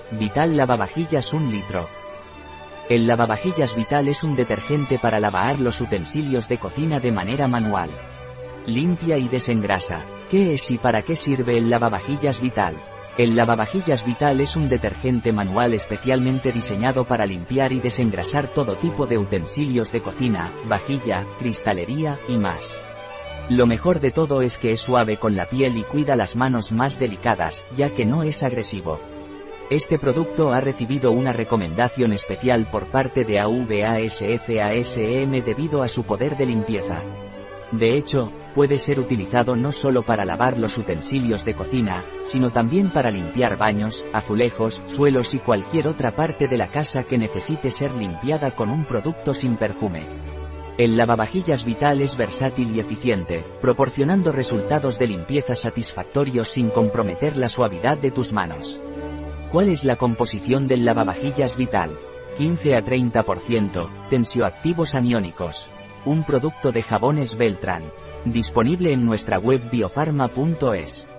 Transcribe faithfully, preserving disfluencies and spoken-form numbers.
Vital lavavajillas un litro. El lavavajillas Vital es un detergente para lavar los utensilios de cocina de manera manual. Limpia y desengrasa. ¿Qué es y para qué sirve el lavavajillas Vital? El lavavajillas Vital es un detergente manual especialmente diseñado para limpiar y desengrasar todo tipo de utensilios de cocina, vajilla, cristalería y más. Lo mejor de todo es que es suave con la piel y cuida las manos más delicadas, ya que no es agresivo. Este producto ha recibido una recomendación especial por parte de A V A S F A S E M debido a su poder de limpieza. De hecho, puede ser utilizado no solo para lavar los utensilios de cocina, sino también para limpiar baños, azulejos, suelos y cualquier otra parte de la casa que necesite ser limpiada con un producto sin perfume. El lavavajillas Vital es versátil y eficiente, proporcionando resultados de limpieza satisfactorios sin comprometer la suavidad de tus manos. ¿Cuál es la composición del lavavajillas Vital? quince a treinta por ciento, tensioactivos aniónicos. Un producto de Jabones Beltrán. Disponible en nuestra web biofarma punto es.